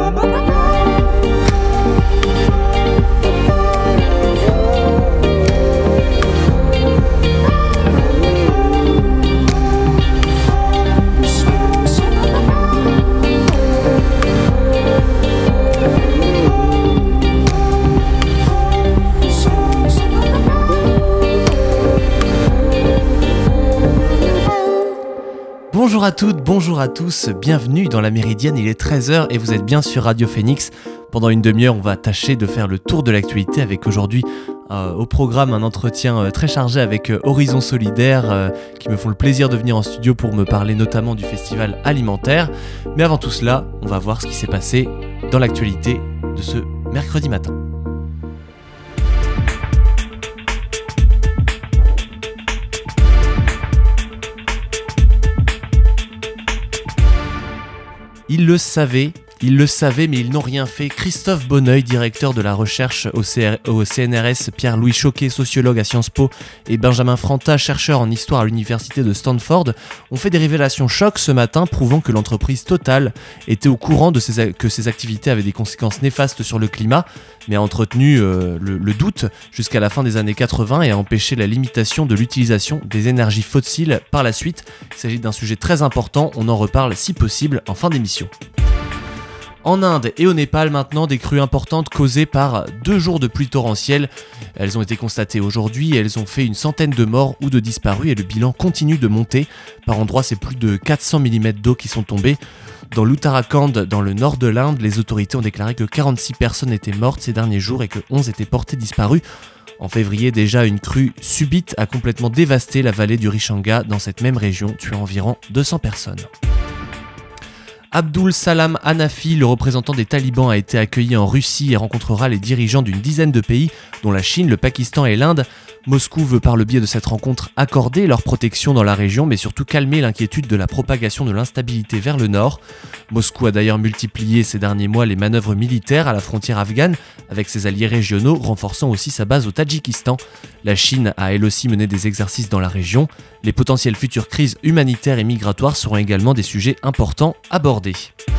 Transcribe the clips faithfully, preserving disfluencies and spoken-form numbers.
Bonjour à toutes, bonjour à tous, bienvenue dans la Méridienne, il est treize heures et vous êtes bien sur Radio Phoenix. Pendant une demi-heure, on va tâcher de faire le tour de l'actualité avec aujourd'hui euh, au programme un entretien euh, très chargé avec euh, Horizon Solidaire euh, qui me font le plaisir de venir en studio pour me parler notamment du festival alimentaire. Mais avant tout cela, on va voir ce qui s'est passé dans l'actualité de ce mercredi matin. Ils le savaient, ils le savaient, mais ils n'ont rien fait. Christophe Bonneuil, directeur de la recherche au, C R- au C N R S, Pierre-Louis Choquet, sociologue à Sciences Po, et Benjamin Franta, chercheur en histoire à l'université de Stanford, ont fait des révélations chocs ce matin, prouvant que l'entreprise Total était au courant de ses a- que ses activités avaient des conséquences néfastes sur le climat, mais a entretenu euh, le, le doute jusqu'à la fin des années quatre-vingts et a empêché la limitation de l'utilisation des énergies fossiles par la suite. Il s'agit d'un sujet très important, on en reparle si possible en fin d'émission. En Inde et au Népal maintenant, des crues importantes causées par deux jours de pluie torrentielle. Elles ont été constatées aujourd'hui et elles ont fait une centaine de morts ou de disparus et le bilan continue de monter. Par endroits, c'est plus de quatre cents millimètres d'eau qui sont tombés. Dans l'Uttarakhand, dans le nord de l'Inde, les autorités ont déclaré que quarante-six personnes étaient mortes ces derniers jours et que onze étaient portées disparues. En février, déjà, une crue subite a complètement dévasté la vallée du Rishanga dans cette même région, tuant environ deux cents personnes. Abdul Salam Hanafi, le représentant des talibans, a été accueilli en Russie et rencontrera les dirigeants d'une dizaine de pays, dont la Chine, le Pakistan et l'Inde. Moscou veut par le biais de cette rencontre accorder leur protection dans la région, mais surtout calmer l'inquiétude de la propagation de l'instabilité vers le nord. Moscou a d'ailleurs multiplié ces derniers mois les manœuvres militaires à la frontière afghane avec ses alliés régionaux, renforçant aussi sa base au Tadjikistan. La Chine a elle aussi mené des exercices dans la région. Les potentielles futures crises humanitaires et migratoires seront également des sujets importants abordés.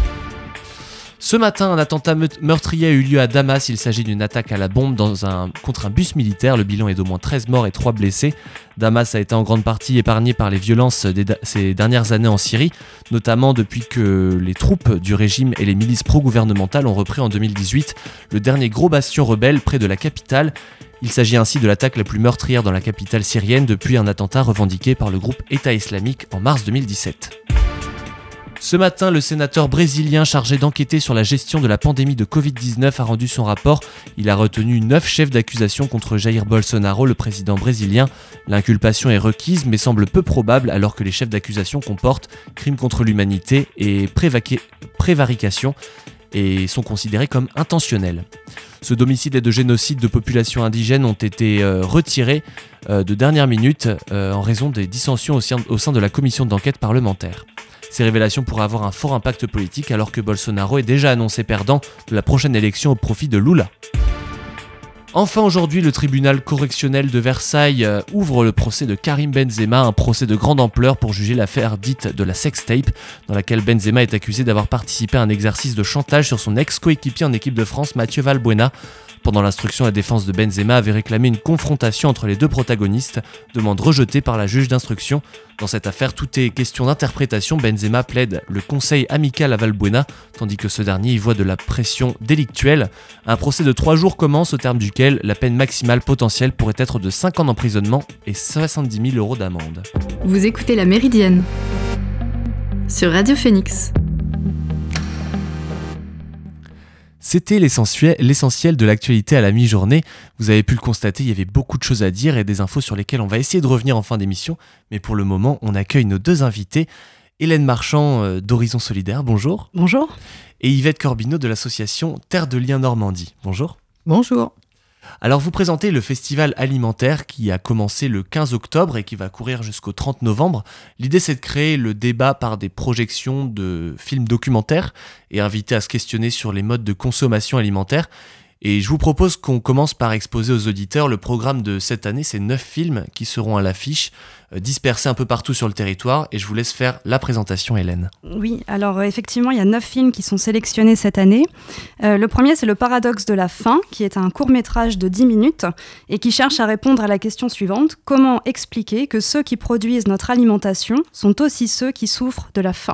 Ce matin, un attentat meurtrier a eu lieu à Damas. Il s'agit d'une attaque à la bombe dans un, contre un bus militaire. Le bilan est d'au moins treize morts et trois blessés. Damas a été en grande partie épargné par les violences des, ces dernières années en Syrie, notamment depuis que les troupes du régime et les milices pro-gouvernementales ont repris en deux mille dix-huit le dernier gros bastion rebelle près de la capitale. Il s'agit ainsi de l'attaque la plus meurtrière dans la capitale syrienne depuis un attentat revendiqué par le groupe État islamique en mars deux mille dix-sept. Ce matin, le sénateur brésilien chargé d'enquêter sur la gestion de la pandémie de covid dix-neuf a rendu son rapport. Il a retenu neuf chefs d'accusation contre Jair Bolsonaro, le président brésilien. L'inculpation est requise mais semble peu probable alors que les chefs d'accusation comportent crimes contre l'humanité et prévaqué- prévarication et sont considérés comme intentionnels. Ce d'homicide et de génocide de populations indigènes ont été euh, retirés euh, de dernière minute euh, en raison des dissensions au sein, au sein de la commission d'enquête parlementaire. Ces révélations pourraient avoir un fort impact politique alors que Bolsonaro est déjà annoncé perdant de la prochaine élection au profit de Lula. Enfin aujourd'hui, le tribunal correctionnel de Versailles euh, ouvre le procès de Karim Benzema, un procès de grande ampleur pour juger l'affaire dite de la sextape, dans laquelle Benzema est accusé d'avoir participé à un exercice de chantage sur son ex-coéquipier en équipe de France, Mathieu Valbuena. Pendant l'instruction, la défense de Benzema avait réclamé une confrontation entre les deux protagonistes, demande rejetée par la juge d'instruction. Dans cette affaire, tout est question d'interprétation. Benzema plaide le conseil amical à Valbuena, tandis que ce dernier y voit de la pression délictuelle. Un procès de trois jours commence, au terme duquel la peine maximale potentielle pourrait être de cinq ans d'emprisonnement et soixante-dix mille euros d'amende. Vous écoutez La Méridienne sur Radio Phoenix. C'était l'essentiel, l'essentiel de l'actualité à la mi-journée. Vous avez pu le constater, il y avait beaucoup de choses à dire et des infos sur lesquelles on va essayer de revenir en fin d'émission. Mais pour le moment, on accueille nos deux invités. Hélène Marchand euh, d'Horizon Solidaire, bonjour. Bonjour. Et Yvette Corbineau de l'association Terre de Liens Normandie, bonjour. Bonjour. Alors vous présentez le festival alimentaire qui a commencé le quinze octobre et qui va courir jusqu'au trente novembre. L'idée c'est de créer le débat par des projections de films documentaires et inviter à se questionner sur les modes de consommation alimentaire. Et je vous propose qu'on commence par exposer aux auditeurs le programme de cette année, ces neuf films qui seront à l'affiche, euh, dispersés un peu partout sur le territoire, et je vous laisse faire la présentation, Hélène. Oui, alors euh, effectivement, il y a neuf films qui sont sélectionnés cette année. Euh, le premier, c'est Le Paradoxe de la faim, qui est un court-métrage de dix minutes et qui cherche à répondre à la question suivante: comment expliquer que ceux qui produisent notre alimentation sont aussi ceux qui souffrent de la faim ?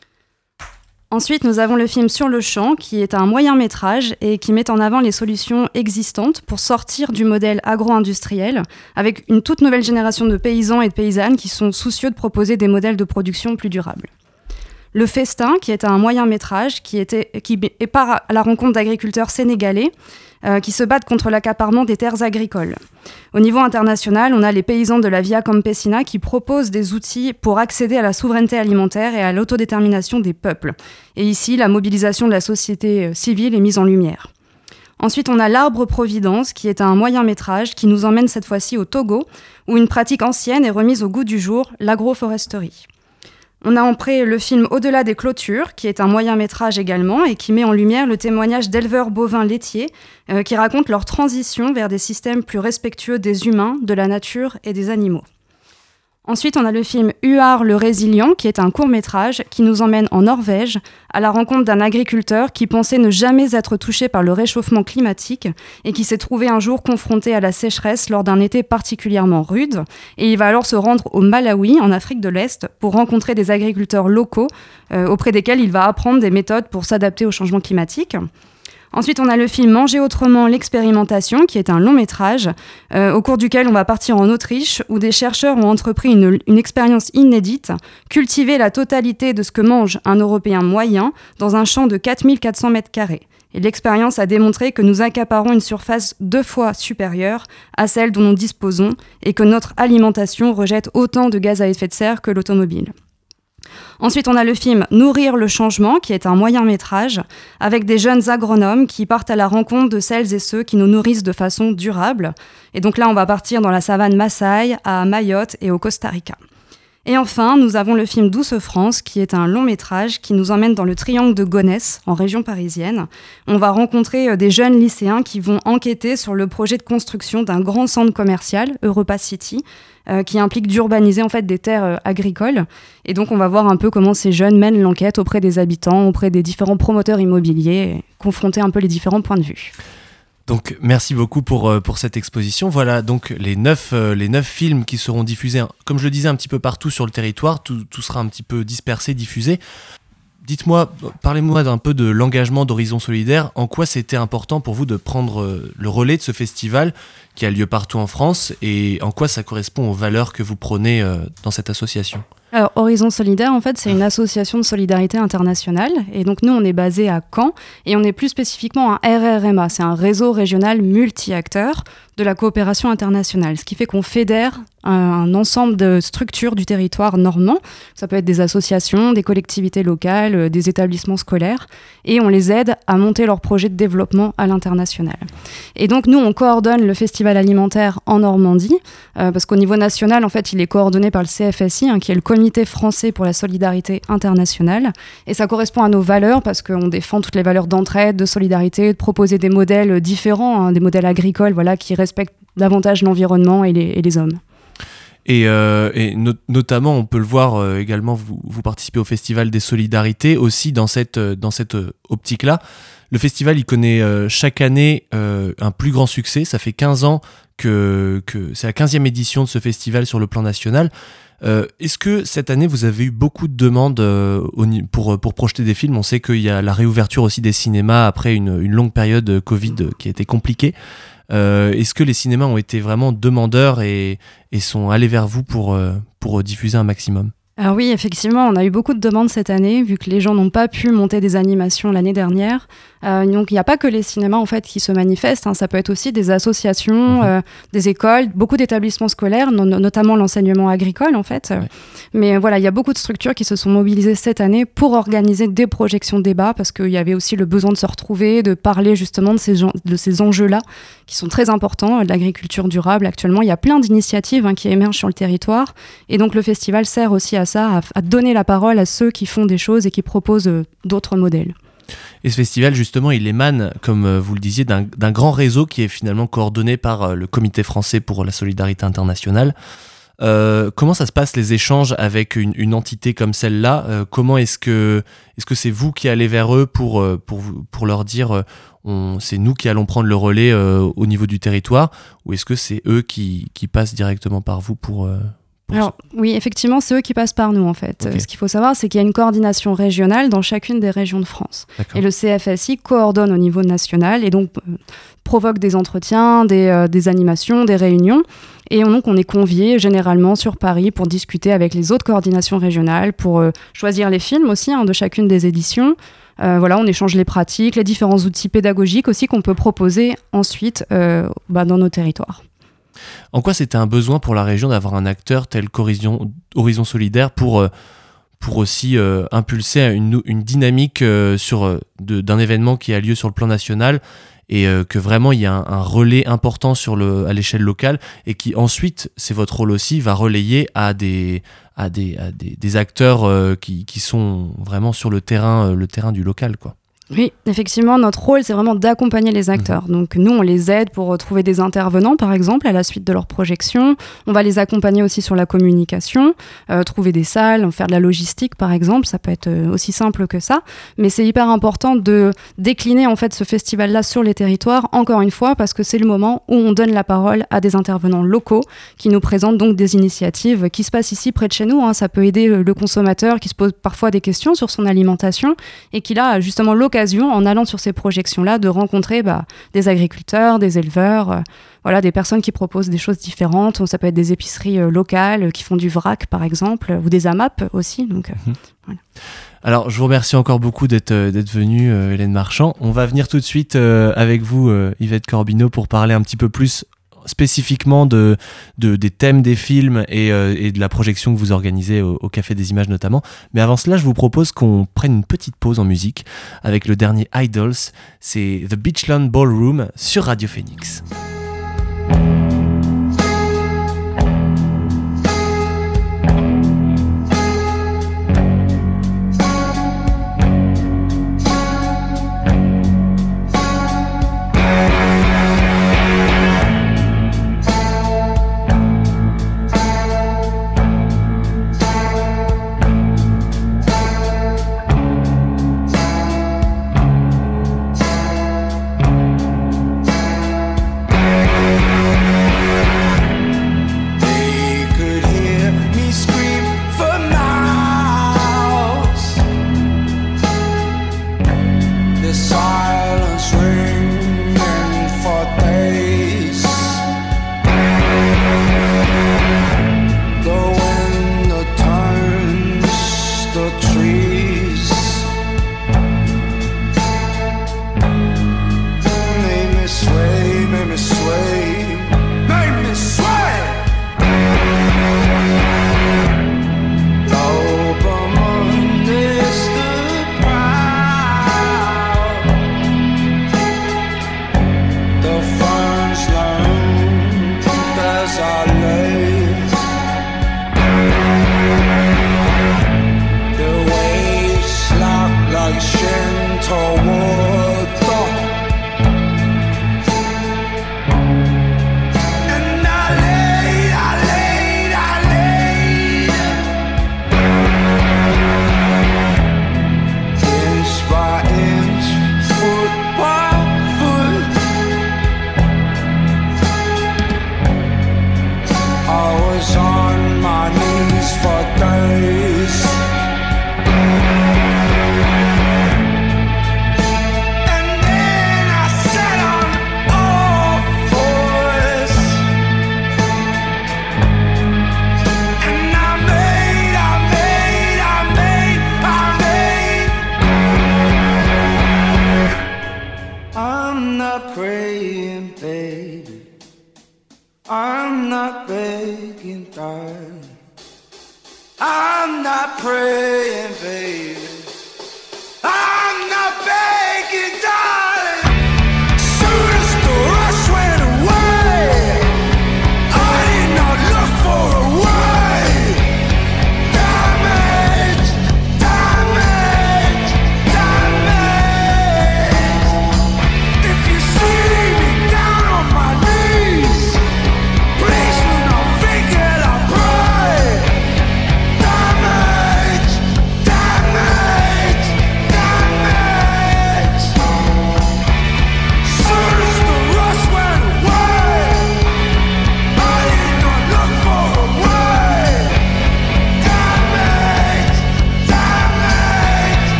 Ensuite, nous avons le film Sur le champ, qui est un moyen-métrage et qui met en avant les solutions existantes pour sortir du modèle agro-industriel, avec une toute nouvelle génération de paysans et de paysannes qui sont soucieux de proposer des modèles de production plus durables. Le Festin, qui est un moyen-métrage qui, était, qui est part à la rencontre d'agriculteurs sénégalais euh, qui se battent contre l'accaparement des terres agricoles. Au niveau international, on a les paysans de la Via Campesina qui proposent des outils pour accéder à la souveraineté alimentaire et à l'autodétermination des peuples. Et ici, la mobilisation de la société civile est mise en lumière. Ensuite, on a L'Arbre Providence, qui est un moyen-métrage qui nous emmène cette fois-ci au Togo, où une pratique ancienne est remise au goût du jour, l'agroforesterie. On a en pré le film Au-delà des clôtures, qui est un moyen-métrage également et qui met en lumière le témoignage d'éleveurs bovins laitiers euh, qui racontent leur transition vers des systèmes plus respectueux des humains, de la nature et des animaux. Ensuite, on a le film Huard le Résilient, qui est un court-métrage qui nous emmène en Norvège à la rencontre d'un agriculteur qui pensait ne jamais être touché par le réchauffement climatique et qui s'est trouvé un jour confronté à la sécheresse lors d'un été particulièrement rude. Et il va alors se rendre au Malawi, en Afrique de l'Est, pour rencontrer des agriculteurs locaux euh, auprès desquels il va apprendre des méthodes pour s'adapter au changement climatique. Ensuite, on a le film Manger autrement, l'expérimentation, qui est un long métrage, euh, au cours duquel on va partir en Autriche, où des chercheurs ont entrepris une, une expérience inédite, cultiver la totalité de ce que mange un Européen moyen dans un champ de quatre mille quatre cents mètres carrés. Et l'expérience a démontré que nous accaparons une surface deux fois supérieure à celle dont nous disposons et que notre alimentation rejette autant de gaz à effet de serre que l'automobile. Ensuite, on a le film Nourrir le changement, qui est un moyen-métrage, avec des jeunes agronomes qui partent à la rencontre de celles et ceux qui nous nourrissent de façon durable. Et donc là, on va partir dans la savane Maasai, à Mayotte et au Costa Rica. Et enfin, nous avons le film Douce France, qui est un long-métrage qui nous emmène dans le triangle de Gonesse, en région parisienne. On va rencontrer des jeunes lycéens qui vont enquêter sur le projet de construction d'un grand centre commercial, Europa City, euh, qui implique d'urbaniser en fait des terres euh, agricoles. Et donc, on va voir un peu comment ces jeunes mènent l'enquête auprès des habitants, auprès des différents promoteurs immobiliers, et confronter un peu les différents points de vue. Donc merci beaucoup pour, euh, pour cette exposition. Voilà donc les neuf, euh, les neuf films qui seront diffusés, comme je le disais, un petit peu partout sur le territoire. Tout, tout sera un petit peu dispersé, diffusé. Dites-moi, parlez-moi d'un peu de l'engagement d'Horizon Solidaire. En quoi c'était important pour vous de prendre euh, le relais de ce festival qui a lieu partout en France et en quoi ça correspond aux valeurs que vous prônez euh, dans cette association ? Alors, Horizon Solidaire, en fait, c'est une association de solidarité internationale. Et donc, nous, on est basé à Caen et on est plus spécifiquement un R R M A. C'est un réseau régional multi-acteurs de la coopération internationale, ce qui fait qu'on fédère un, un ensemble de structures du territoire normand. Ça peut être des associations, des collectivités locales, des établissements scolaires, et on les aide à monter leurs projets de développement à l'international. Et donc, nous, on coordonne le festival alimentaire en Normandie, euh, parce qu'au niveau national, en fait, il est coordonné par le C F S I, hein, qui est le Comité français pour la solidarité internationale, et ça correspond à nos valeurs, parce qu'on défend toutes les valeurs d'entraide, de solidarité, de proposer des modèles différents, hein, des modèles agricoles, voilà, qui respectent davantage l'environnement et les, et les hommes. Et, euh, et no- notamment, on peut le voir euh, également, vous, vous participez au Festival des Solidarités, aussi dans cette, dans cette euh, optique-là. Le festival, il connaît euh, chaque année euh, un plus grand succès. Ça fait quinze ans que, que c'est la quinzième édition de ce festival sur le plan national. Euh, est-ce que cette année, vous avez eu beaucoup de demandes euh, au, pour, pour projeter des films ? On sait qu'il y a la réouverture aussi des cinémas après une, une longue période Covid qui a été compliquée. Euh, est-ce que les cinémas ont été vraiment demandeurs et, et sont allés vers vous pour, euh, pour diffuser un maximum ? Alors oui, effectivement, on a eu beaucoup de demandes cette année, vu que les gens n'ont pas pu monter des animations l'année dernière. Euh, donc il n'y a pas que les cinémas en fait qui se manifestent, hein. Ça peut être aussi des associations, mmh. euh, des écoles, beaucoup d'établissements scolaires, no- notamment l'enseignement agricole en fait. Ouais. Mais voilà, il y a beaucoup de structures qui se sont mobilisées cette année pour organiser des projections débats, parce qu'il y avait aussi le besoin de se retrouver, de parler justement de ces, gen- de ces enjeux-là qui sont très importants, de l'agriculture durable. Actuellement, il y a plein d'initiatives hein, qui émergent sur le territoire, et donc le festival sert aussi à ça, à, à donner la parole à ceux qui font des choses et qui proposent euh, d'autres modèles. Et ce festival, justement, il émane, comme vous le disiez, d'un, d'un grand réseau qui est finalement coordonné par le Comité français pour la solidarité internationale. Euh, comment ça se passe les échanges avec une, une entité comme celle-là ? euh, Comment est-ce que, est-ce que c'est vous qui allez vers eux pour, pour, pour leur dire euh, on, c'est nous qui allons prendre le relais euh, au niveau du territoire, ou est-ce que c'est eux qui, qui passent directement par vous pour... Euh Alors oui, effectivement, c'est eux qui passent par nous en fait. Okay. Ce qu'il faut savoir, c'est qu'il y a une coordination régionale dans chacune des régions de France. D'accord. Et le C F S I coordonne au niveau national et donc euh, provoque des entretiens, des, euh, des animations, des réunions. Et on, donc on est conviés généralement sur Paris pour discuter avec les autres coordinations régionales, pour euh, choisir les films aussi hein, de chacune des éditions. Euh, voilà, on échange les pratiques, les différents outils pédagogiques aussi qu'on peut proposer ensuite euh, bah, dans nos territoires. En quoi c'était un besoin pour la région d'avoir un acteur tel qu'Horizon Horizon Solidaire pour, euh, pour aussi euh, impulser une, une dynamique euh, sur, euh, de, d'un événement qui a lieu sur le plan national et euh, que vraiment il y a un, un relais important sur le, à l'échelle locale et qui ensuite, c'est votre rôle aussi, va relayer à des, à des, à des, des acteurs euh, qui, qui sont vraiment sur le terrain, euh, le terrain du local, quoi. Oui, effectivement, notre rôle, c'est vraiment d'accompagner les acteurs. Mmh. Donc nous, on les aide pour trouver des intervenants, par exemple, à la suite de leur projection. On va les accompagner aussi sur la communication, euh, trouver des salles, faire de la logistique, par exemple. Ça peut être aussi simple que ça. Mais c'est hyper important de décliner en fait ce festival-là sur les territoires, encore une fois, parce que c'est le moment où on donne la parole à des intervenants locaux qui nous présentent donc des initiatives qui se passent ici près de chez nous. Hein. Ça peut aider le consommateur qui se pose parfois des questions sur son alimentation et qui a justement l'occasion, en allant sur ces projections-là, de rencontrer bah, des agriculteurs, des éleveurs, euh, voilà, des personnes qui proposent des choses différentes. Ça peut être des épiceries euh, locales euh, qui font du vrac, par exemple, ou des A M A P aussi. Donc, euh, mmh. voilà. Alors, je vous remercie encore beaucoup d'être, euh, d'être venue, euh, Hélène Marchand. On va venir tout de suite euh, avec vous, euh, Yvette Corbineau, pour parler un petit peu plus spécifiquement de, de, des thèmes des films et, euh, et de la projection que vous organisez au, au Café des Images notamment. Mais avant cela, je vous propose qu'on prenne une petite pause en musique avec le dernier Idols. C'est The Beachland Ballroom sur Radio Phoenix.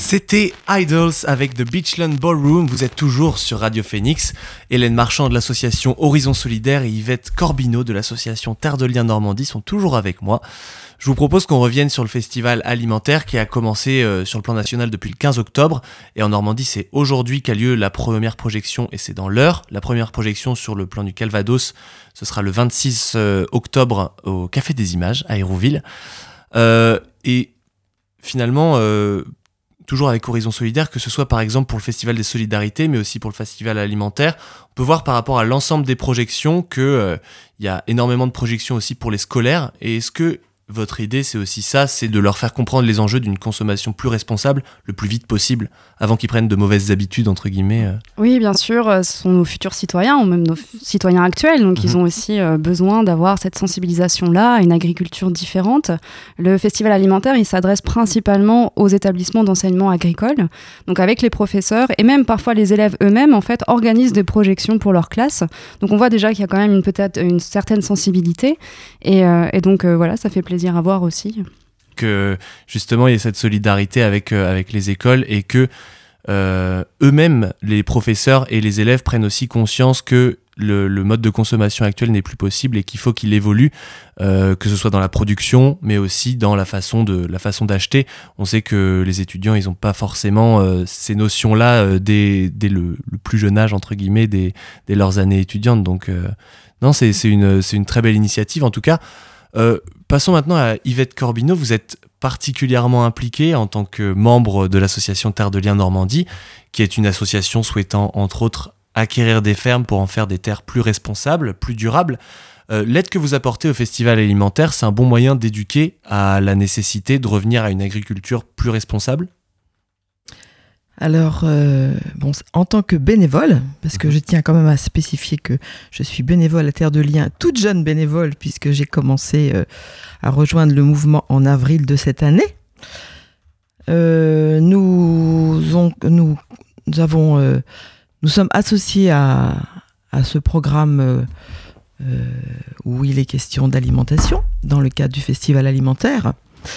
C'était Idols avec The Beachland Ballroom, vous êtes toujours sur Radio Phoenix. Hélène Marchand de l'association Horizon Solidaire et Yvette Corbineau de l'association Terre de Liens Normandie sont toujours avec moi. Je vous propose qu'on revienne sur le festival alimentaire qui a commencé euh, sur le plan national depuis le quinze octobre. Et en Normandie, c'est aujourd'hui qu'a lieu la première projection, et c'est dans l'heure. La première projection sur le plan du Calvados, ce sera le vingt-six octobre au Café des Images à Hérouville. Euh, et finalement... Euh, toujours avec Horizon Solidaire, que ce soit par exemple pour le Festival des Solidarités, mais aussi pour le Festival alimentaire, on peut voir par rapport à l'ensemble des projections qu'il euh, y a énormément de projections aussi pour les scolaires. Et est-ce que votre idée, c'est aussi ça, c'est de leur faire comprendre les enjeux d'une consommation plus responsable le plus vite possible, avant qu'ils prennent de mauvaises habitudes, entre guillemets euh. Oui, bien sûr, ce sont nos futurs citoyens, ou même nos f- citoyens actuels, donc mmh. ils ont aussi euh, besoin d'avoir cette sensibilisation-là à une agriculture différente. Le festival alimentaire, il s'adresse principalement aux établissements d'enseignement agricole, donc avec les professeurs, et même parfois les élèves eux-mêmes, en fait, organisent des projections pour leur classe. Donc on voit déjà qu'il y a quand même une, peut-être une certaine sensibilité, et, euh, et donc euh, voilà, ça fait plaisir à voir aussi. Que justement il y ait cette solidarité avec, euh, avec les écoles et que euh, eux-mêmes, les professeurs et les élèves prennent aussi conscience que le, le mode de consommation actuel n'est plus possible et qu'il faut qu'il évolue, euh, que ce soit dans la production mais aussi dans la façon, de, la façon d'acheter. On sait que les étudiants ils n'ont pas forcément euh, ces notions-là euh, dès, dès le, le plus jeune âge entre guillemets, dès, dès leurs années étudiantes. Donc euh, non, c'est, c'est, une, c'est une très belle initiative en tout cas. Euh, passons maintenant à Yvette Corbineau. Vous êtes particulièrement impliquée en tant que membre de l'association Terre de Liens Normandie, qui est une association souhaitant, entre autres, acquérir des fermes pour en faire des terres plus responsables, plus durables. Euh, l'aide que vous apportez au festival alimentaire, c'est un bon moyen d'éduquer à la nécessité de revenir à une agriculture plus responsable ? Alors, euh, bon, en tant que bénévole, parce que je tiens quand même à spécifier que je suis bénévole à Terre de Liens, toute jeune bénévole, puisque j'ai commencé euh, à rejoindre le mouvement en avril de cette année. Euh, nous, on, nous, nous, avons, euh, nous sommes associés à, à ce programme euh, euh, où il est question d'alimentation, dans le cadre du festival alimentaire.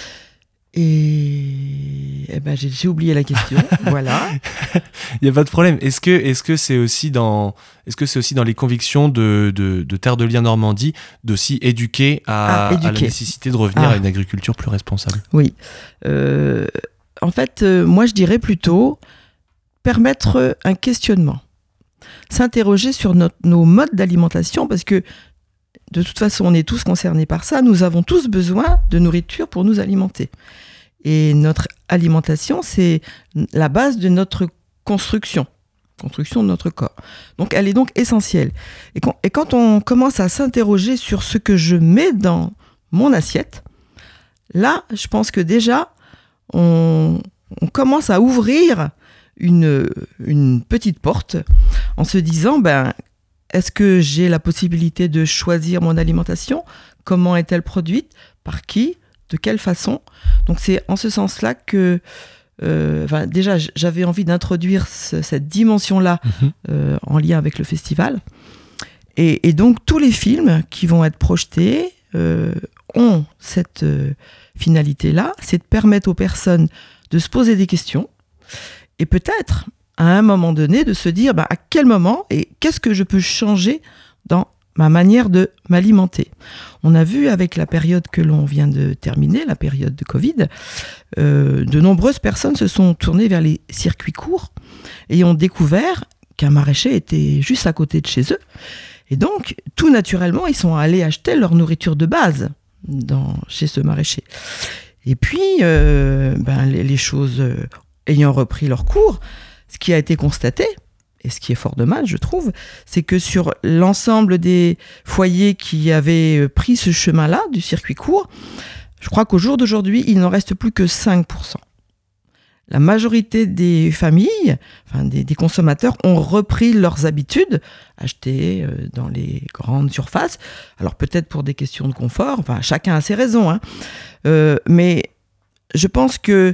Et eh ben, j'ai, j'ai oublié la question. Voilà. Il n'y a pas de problème. Est-ce que, est-ce que c'est aussi dans, est-ce que c'est aussi dans les convictions de, de, de Terre de Liens Normandie d'aussi éduquer à, ah, éduquer. à la nécessité de revenir ah. à une agriculture plus responsable ? Oui. Euh, en fait, euh, moi, je dirais plutôt permettre un questionnement. S'interroger sur notre, nos modes d'alimentation, parce que de toute façon, on est tous concernés par ça. Nous avons tous besoin de nourriture pour nous alimenter. Et notre alimentation, c'est la base de notre construction, construction de notre corps. Donc, elle est donc essentielle. Et quand, et quand on commence à s'interroger sur ce que je mets dans mon assiette, là, je pense que déjà, on, on commence à ouvrir une, une petite porte en se disant, ben, est-ce que j'ai la possibilité de choisir mon alimentation ? Comment est-elle produite ? Par qui ? De quelle façon ? Donc c'est en ce sens-là que, euh, enfin, déjà, j'avais envie d'introduire ce, cette dimension-là mmh. euh, en lien avec le festival. Et, et donc tous les films qui vont être projetés euh, ont cette euh, finalité-là, c'est de permettre aux personnes de se poser des questions et peut-être à un moment donné, de se dire bah, à quel moment et qu'est-ce que je peux changer dans ma manière de m'alimenter. On a vu avec la période que l'on vient de terminer, la période de Covid, euh, de nombreuses personnes se sont tournées vers les circuits courts et ont découvert qu'un maraîcher était juste à côté de chez eux. Et donc, tout naturellement, ils sont allés acheter leur nourriture de base dans, chez ce maraîcher. Et puis, euh, ben, les, les choses euh, ayant repris leur cours, ce qui a été constaté, et ce qui est fort dommage, je trouve, c'est que sur l'ensemble des foyers qui avaient pris ce chemin-là, du circuit court, je crois qu'au jour d'aujourd'hui, il n'en reste plus que cinq pour cent. La majorité des familles, enfin des, des consommateurs, ont repris leurs habitudes, acheter euh, dans les grandes surfaces. Alors peut-être pour des questions de confort, enfin chacun a ses raisons, hein. Euh, mais je pense que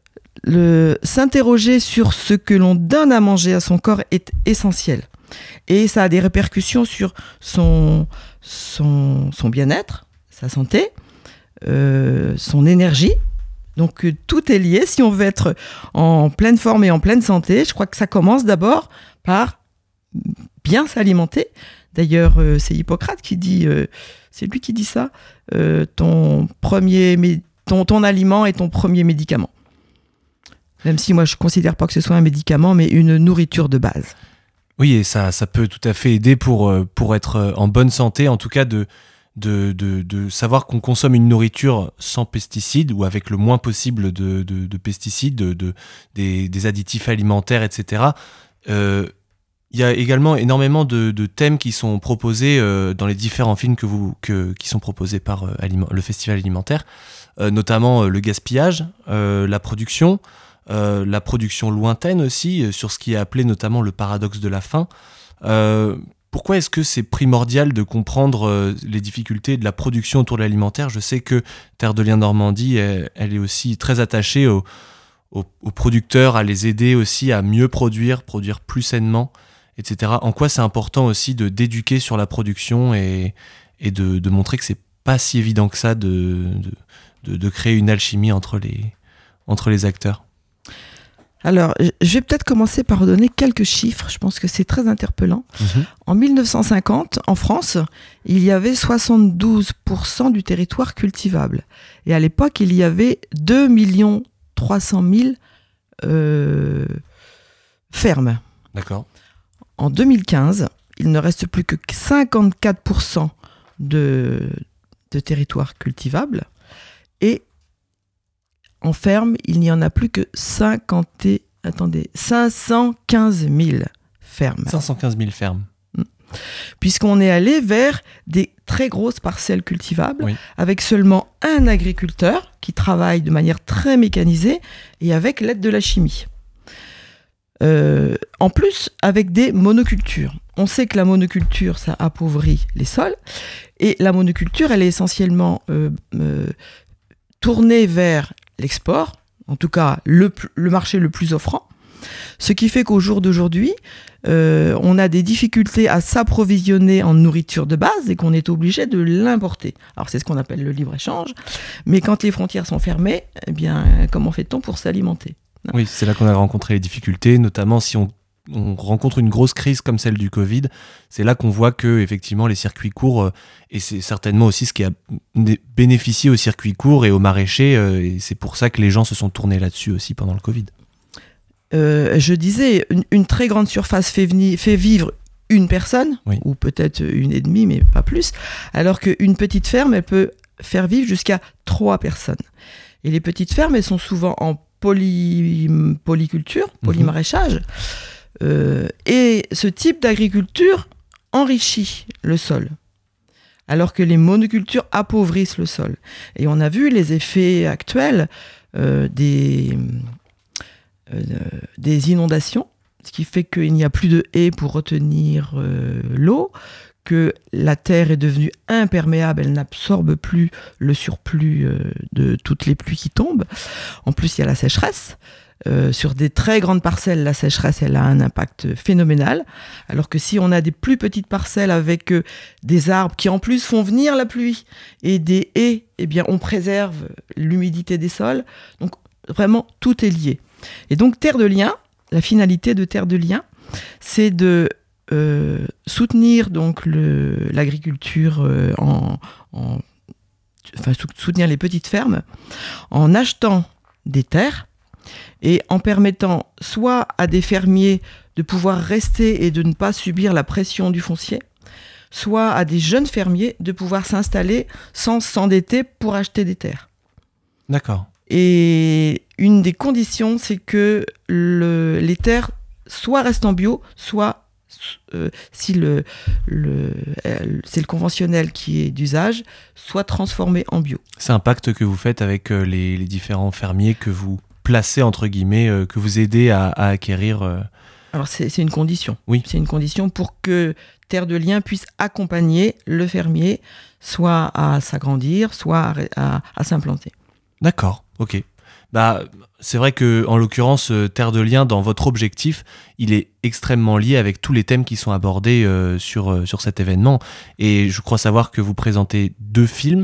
Le, s'interroger sur ce que l'on donne à manger à son corps est essentiel. Et ça a des répercussions sur son, son, son bien-être, sa santé, euh, son énergie. Donc euh, tout est lié. Si on veut être en pleine forme et en pleine santé, je crois que ça commence d'abord par bien s'alimenter. D'ailleurs, euh, c'est Hippocrate qui dit, euh, c'est lui qui dit ça, euh, ton premier, mé- ton, ton aliment est ton premier médicament. Même si moi je considère pas que ce soit un médicament, mais une nourriture de base. Oui, et ça, ça peut tout à fait aider pour, pour être en bonne santé, en tout cas de, de, de, de savoir qu'on consomme une nourriture sans pesticides ou avec le moins possible de, de, de pesticides, de, de, des, des additifs alimentaires, et cetera. Euh, il y a également énormément de, de thèmes qui sont proposés euh, dans les différents films que vous, que, qui sont proposés par euh, aliment, le Festival alimentaire, euh, notamment euh, le gaspillage, euh, la production, Euh, la production lointaine aussi, euh, sur ce qui est appelé notamment le paradoxe de la faim. Euh, pourquoi est-ce que c'est primordial de comprendre euh, les difficultés de la production autour de l'alimentaire ? Je sais que Terre de Liens Normandie, elle, elle est aussi très attachée aux, aux, aux producteurs, à les aider aussi à mieux produire, produire plus sainement, et cetera. En quoi c'est important aussi de, d'éduquer sur la production et, et de, de montrer que c'est pas si évident que ça de, de, de, de créer une alchimie entre les, entre les acteurs ? Alors, je vais peut-être commencer par donner quelques chiffres. Je pense que c'est très interpellant. Mmh. En dix-neuf cent cinquante, en France, il y avait soixante-douze pour cent du territoire cultivable. Et à l'époque, il y avait deux millions trois cent mille euh, fermes. D'accord. En deux mille quinze, il ne reste plus que cinquante-quatre pour cent de, de territoire cultivable. Et en ferme, il n'y en a plus que cinquante, attendez, cinq cent quinze mille fermes. cinq cent quinze mille fermes. Puisqu'on est allé vers des très grosses parcelles cultivables, oui. Avec seulement un agriculteur qui travaille de manière très mécanisée et avec l'aide de la chimie. Euh, en plus, avec des monocultures. On sait que la monoculture, ça appauvrit les sols. Et la monoculture, elle est essentiellement euh, euh, tournée vers l'export, en tout cas le, le marché le plus offrant, ce qui fait qu'au jour d'aujourd'hui, euh, on a des difficultés à s'approvisionner en nourriture de base et qu'on est obligé de l'importer. Alors c'est ce qu'on appelle le libre-échange, mais quand les frontières sont fermées, eh bien, comment fait-on pour s'alimenter ? Oui, c'est là qu'on a rencontré les difficultés, notamment si on on rencontre une grosse crise comme celle du Covid, c'est là qu'on voit que effectivement les circuits courts, euh, et c'est certainement aussi ce qui a bénéficié aux circuits courts et aux maraîchers, euh, et c'est pour ça que les gens se sont tournés là-dessus aussi pendant le Covid. Euh, je disais, une, une très grande surface fait, veni- fait vivre une personne, oui. Ou peut-être une et demie, mais pas plus, alors qu'une petite ferme, elle peut faire vivre jusqu'à trois personnes. Et les petites fermes, elles sont souvent en poly, polyculture, polymaraîchage. Mmh. Euh, et ce type d'agriculture enrichit le sol, alors que les monocultures appauvrissent le sol. Et on a vu les effets actuels euh, des, euh, des inondations, ce qui fait qu'il n'y a plus de haies pour retenir euh, l'eau, que la terre est devenue imperméable, elle n'absorbe plus le surplus euh, de toutes les pluies qui tombent. En plus, il y a la sécheresse. Euh, sur des très grandes parcelles, la sécheresse, elle a un impact phénoménal. Alors que si on a des plus petites parcelles avec euh, des arbres qui en plus font venir la pluie et des haies, eh bien, on préserve l'humidité des sols. Donc vraiment, tout est lié. Et donc Terre de Liens, la finalité de Terre de Liens, c'est de euh, soutenir donc le, l'agriculture euh, en, en, enfin soutenir les petites fermes en achetant des terres. Et en permettant soit à des fermiers de pouvoir rester et de ne pas subir la pression du foncier, soit à des jeunes fermiers de pouvoir s'installer sans s'endetter pour acheter des terres. D'accord. Et une des conditions, c'est que le, les terres soit restent en bio, soit, euh, si le, le, euh, c'est le conventionnel qui est d'usage, soit transformées en bio. C'est un pacte que vous faites avec euh, les, les différents fermiers que vous placez, entre guillemets, euh, que vous aidez à, à acquérir euh... Alors c'est, c'est une condition. Oui. C'est une condition pour que Terre de Liens puisse accompagner le fermier, soit à s'agrandir, soit à, à, à s'implanter. D'accord, ok. Bah, c'est vrai que en l'occurrence, euh, Terre de Liens, dans votre objectif, il est extrêmement lié avec tous les thèmes qui sont abordés euh, sur, euh, sur cet événement. Et je crois savoir que vous présentez deux films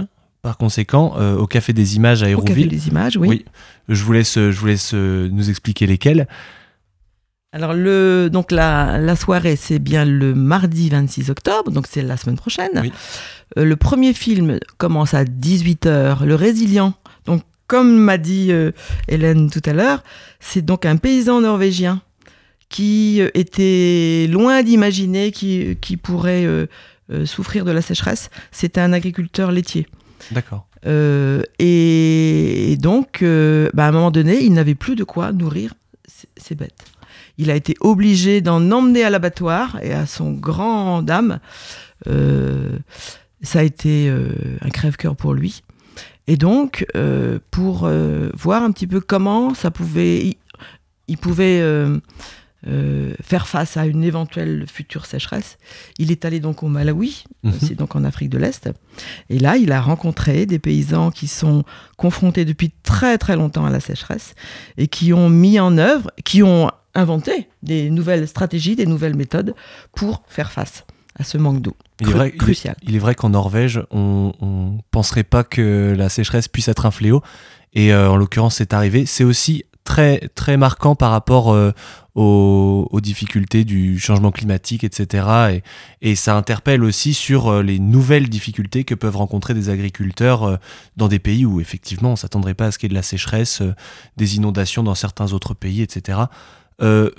par conséquent, euh, au Café des Images à Hérouville. Au Café des Images, oui. oui. Je vous laisse, je vous laisse euh, nous expliquer lesquels. Alors, le, donc la, la soirée, c'est bien le mardi vingt-six octobre, donc c'est la semaine prochaine. Oui. Euh, le premier film commence à dix-huit heures, Le Résilient. Donc, comme m'a dit euh, Hélène tout à l'heure, c'est donc un paysan norvégien qui euh, était loin d'imaginer qu'il qui pourrait euh, euh, souffrir de la sécheresse. C'était un agriculteur laitier. D'accord. Euh, et, et donc, euh, bah, à un moment donné, il n'avait plus de quoi nourrir ses, ses bêtes. Il a été obligé d'en emmener à l'abattoir et à son grand dame, euh, ça a été euh, un crève-cœur pour lui. Et donc, euh, pour euh, voir un petit peu comment ça pouvait, il, il pouvait euh, euh, faire face à une éventuelle future sécheresse, il est allé donc au Malawi, mmh. c'est donc en Afrique de l'Est. Et là, il a rencontré des paysans qui sont confrontés depuis très très longtemps à la sécheresse et qui ont mis en œuvre, qui ont inventer des nouvelles stratégies, des nouvelles méthodes pour faire face à ce manque d'eau il est vrai, crucial. Il est, il est vrai qu'en Norvège, on ne penserait pas que la sécheresse puisse être un fléau. Et euh, en l'occurrence, c'est arrivé. C'est aussi très, très marquant par rapport euh, aux, aux difficultés du changement climatique, et cetera. Et, et ça interpelle aussi sur euh, les nouvelles difficultés que peuvent rencontrer des agriculteurs euh, dans des pays où, effectivement, on ne s'attendrait pas à ce qu'il y ait de la sécheresse, euh, des inondations dans certains autres pays, et cetera. Euh,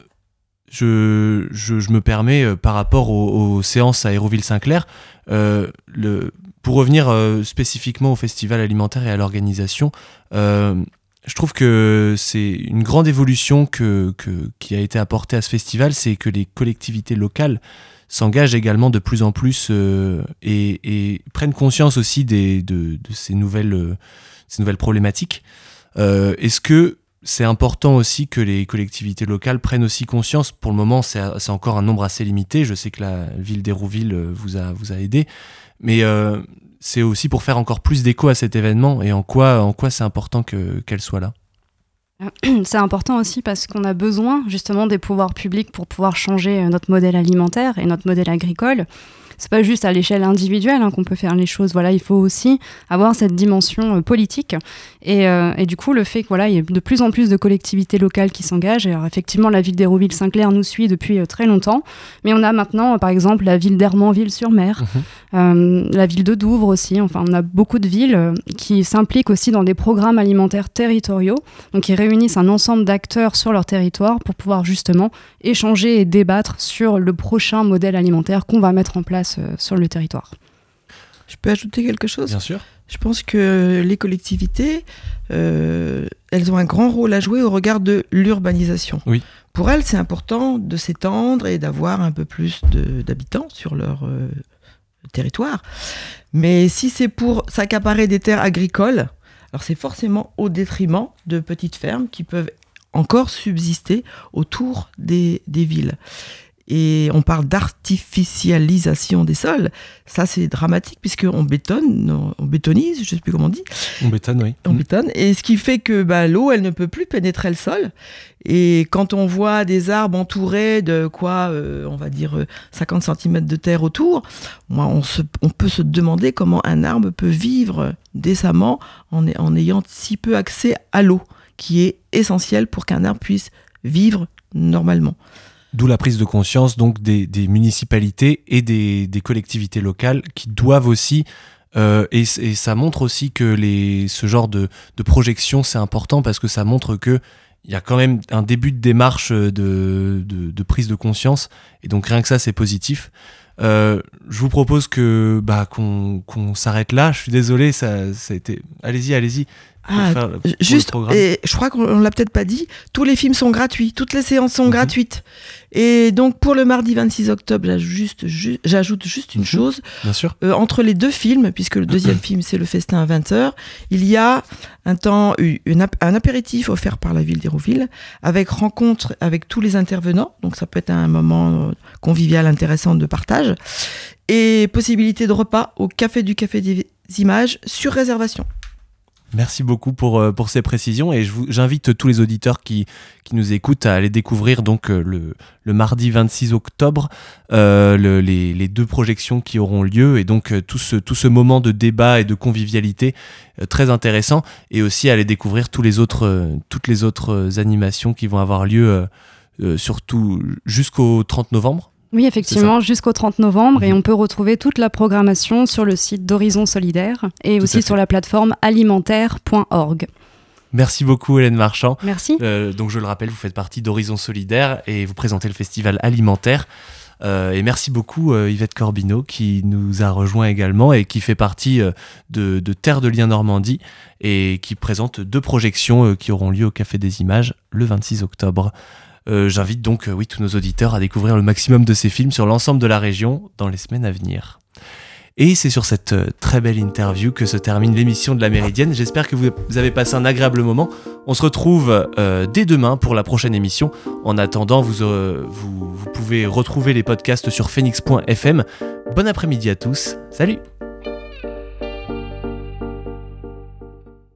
je, je, je me permets, euh, par rapport aux, aux séances à Hérouville-Saint-Clair, euh, le, pour revenir euh, spécifiquement au festival alimentaire et à l'organisation, euh, je trouve que c'est une grande évolution que, que, qui a été apportée à ce festival, c'est que les collectivités locales s'engagent également de plus en plus euh, et, et prennent conscience aussi des, de, de ces, nouvelles, euh, ces nouvelles problématiques. Euh, est-ce que c'est important aussi que les collectivités locales prennent aussi conscience? Pour le moment, c'est, c'est encore un nombre assez limité. Je sais que la ville d'Hérouville vous a, vous a aidé. Mais euh, c'est aussi pour faire encore plus d'écho à cet événement et en quoi, en quoi c'est important que, qu'elle soit là. C'est important aussi parce qu'on a besoin justement des pouvoirs publics pour pouvoir changer notre modèle alimentaire et notre modèle agricole. C'est pas juste à l'échelle individuelle hein, qu'on peut faire les choses. Voilà, il faut aussi avoir cette dimension euh, politique. Et, euh, et du coup, le fait qu'il voilà, y ait de plus en plus de collectivités locales qui s'engagent. Et alors, effectivement, la ville d'Hérouville-Saint-Clair nous suit depuis euh, très longtemps. Mais on a maintenant, euh, par exemple, la ville d'Hermanville-sur-Mer, mmh. euh, la ville de Douvres aussi. Enfin, on a beaucoup de villes euh, qui s'impliquent aussi dans des programmes alimentaires territoriaux, donc qui réunissent un ensemble d'acteurs sur leur territoire pour pouvoir justement échanger et débattre sur le prochain modèle alimentaire qu'on va mettre en place sur le territoire. Je peux ajouter quelque chose ? Bien sûr. Je pense que les collectivités, euh, elles ont un grand rôle à jouer au regard de l'urbanisation. Oui. Pour elles, c'est important de s'étendre et d'avoir un peu plus de, d'habitants sur leur euh, territoire. Mais si c'est pour s'accaparer des terres agricoles, alors c'est forcément au détriment de petites fermes qui peuvent encore subsister autour des, des villes. Et on parle d'artificialisation des sols. Ça, c'est dramatique puisqu'on bétonne, on bétonise, je ne sais plus comment on dit. On bétonne, oui. On mmh. bétonne. Et ce qui fait que bah, l'eau, elle ne peut plus pénétrer le sol. Et quand on voit des arbres entourés de quoi, euh, on va dire cinquante centimètres de terre autour, moi, on, se, on peut se demander comment un arbre peut vivre décemment en, en ayant si peu accès à l'eau, qui est essentielle pour qu'un arbre puisse vivre normalement. D'où la prise de conscience donc des, des municipalités et des, des collectivités locales qui doivent aussi, euh, et, et ça montre aussi que les, ce genre de, de projection c'est important parce que ça montre qu'il y a quand même un début de démarche de, de, de prise de conscience et donc rien que ça c'est positif. Euh, je vous propose que, bah, qu'on, qu'on s'arrête là, je suis désolé, ça, ça a été... Allez-y, allez-y. Ah, juste, et je crois qu'on l'a peut-être pas dit, tous les films sont gratuits, toutes les séances sont mmh. gratuites. Et donc pour le mardi vingt-six octobre, j'ajoute juste, ju- j'ajoute juste une mmh. chose. Bien sûr. Euh, entre les deux films, puisque le deuxième mmh. film c'est le festin à vingt heures, il y a un temps, une ap- un apéritif offert par la ville d'Hérouville, avec rencontre avec tous les intervenants, donc ça peut être un moment convivial intéressant de partage, et possibilité de repas au Café du Café des Images sur réservation. Merci beaucoup pour, euh, pour ces précisions et je vous, j'invite tous les auditeurs qui, qui nous écoutent à aller découvrir donc euh, le, le mardi vingt-six octobre euh, le, les, les deux projections qui auront lieu et donc euh, tout, ce, tout ce moment de débat et de convivialité euh, très intéressant et aussi à aller découvrir tous les autres, euh, toutes les autres euh, animations qui vont avoir lieu euh, euh, surtout jusqu'au trente novembre. Oui, effectivement, jusqu'au trente novembre, mmh. et on peut retrouver toute la programmation sur le site d'Horizon Solidaire et Tout aussi sur la plateforme alimentaire point org. Merci beaucoup Hélène Marchand. Merci. Euh, donc je le rappelle, vous faites partie d'Horizon Solidaire et vous présentez le festival alimentaire. Euh, et merci beaucoup euh, Yvette Corbineau qui nous a rejoint également et qui fait partie euh, de, de Terre de Liens Normandie et qui présente deux projections euh, qui auront lieu au Café des Images le vingt-six octobre. Euh, j'invite donc euh, oui, tous nos auditeurs à découvrir le maximum de ces films sur l'ensemble de la région dans les semaines à venir. Et c'est sur cette euh, très belle interview que se termine l'émission de La Méridienne. J'espère que vous, vous avez passé un agréable moment. On se retrouve euh, dès demain pour la prochaine émission. En attendant, vous, euh, vous, vous pouvez retrouver les podcasts sur phoenix point f m. Bon après-midi à tous. Salut!